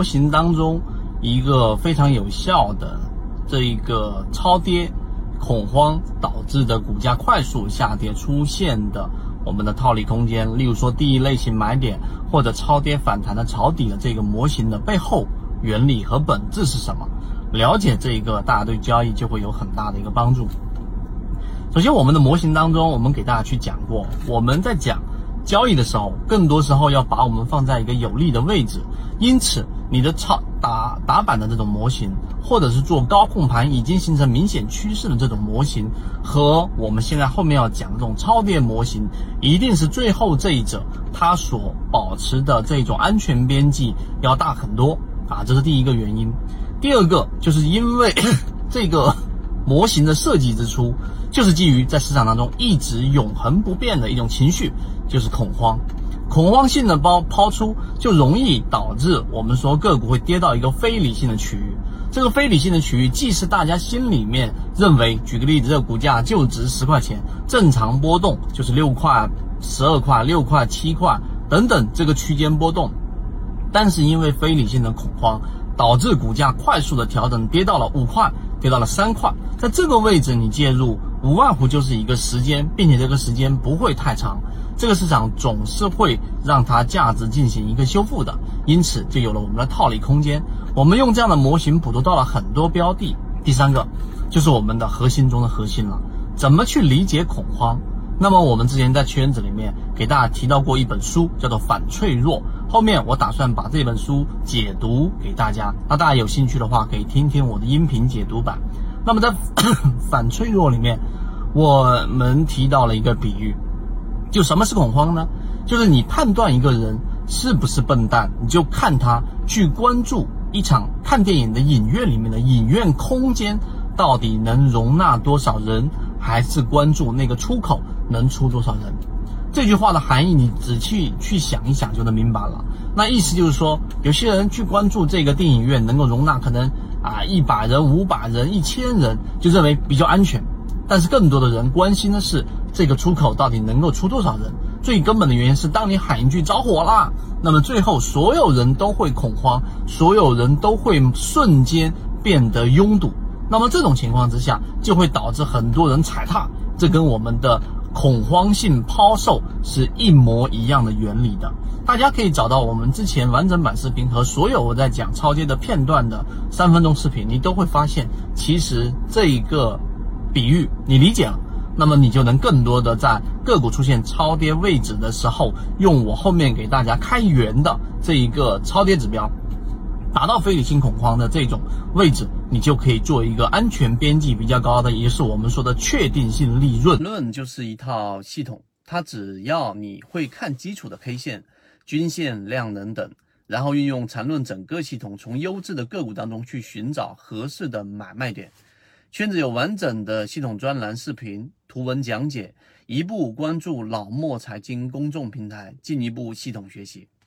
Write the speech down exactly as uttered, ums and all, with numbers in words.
模型当中一个非常有效的这一个超跌恐慌导致的股价快速下跌出现的我们的套利空间，例如说第一类型买点或者超跌反弹的抄底的这个模型的背后原理和本质是什么？了解这一个，大家对交易就会有很大的一个帮助。首先，我们的模型当中，我们给大家去讲过，我们在讲交易的时候，更多时候要把我们放在一个有利的位置。因此，你的超打打板的这种模型，或者是做高控盘已经形成明显趋势的这种模型，和我们现在后面要讲的这种超跌模型，一定是最后这一者它所保持的这种安全边际要大很多啊，这是第一个原因。第二个就是因为这个模型的设计之初，就是基于在市场当中一直永恒不变的一种情绪，就是恐慌。恐慌性的抛抛出，就容易导致我们说个股会跌到一个非理性的区域。这个非理性的区域，既是大家心里面认为，举个例子，这个股价就值十块钱，正常波动就是六块、十二块、六块、七块等等这个区间波动，但是因为非理性的恐慌，导致股价快速的调整，跌到了五块，跌到了三块，在这个位置你介入，无外乎就是一个时间，并且这个时间不会太长，这个市场总是会让它价值进行一个修复的，因此就有了我们的套利空间。我们用这样的模型捕捉到了很多标的。第三个就是我们的核心中的核心了，怎么去理解恐慌？那么我们之前在圈子里面给大家提到过一本书，叫做《反脆弱》，后面我打算把这本书解读给大家，那大家有兴趣的话可以听听我的音频解读版。那么在反脆弱里面，我们提到了一个比喻，就什么是恐慌呢？就是你判断一个人是不是笨蛋，你就看他去关注一场看电影的影院里面的影院空间到底能容纳多少人，还是关注那个出口能出多少人。这句话的含义你仔细去想一想就能明白了。那意思就是说，有些人去关注这个电影院能够容纳可能啊一百人、五百人、一千人，就认为比较安全。但是更多的人关心的是这个出口到底能够出多少人。最根本的原因是，当你喊一句着火啦，那么最后所有人都会恐慌，所有人都会瞬间变得拥堵。那么这种情况之下，就会导致很多人踩踏，这跟我们的恐慌性抛售是一模一样的原理的。大家可以找到我们之前完整版视频和所有我在讲超跌的片段的三分钟视频，你都会发现，其实这一个比喻你理解了，那么你就能更多的在个股出现超跌位置的时候，用我后面给大家开源的这一个超跌指标，达到非理性恐慌的这种位置，你就可以做一个安全边际比较高的，也就是我们说的确定性利润。论就是一套系统，它只要你会看基础的 K 线、均线、量能等，然后运用缠论整个系统，从优质的个股当中去寻找合适的买卖点。圈子有完整的系统专栏视频、图文讲解，一步关注老莫财经公众平台，进一步系统学习。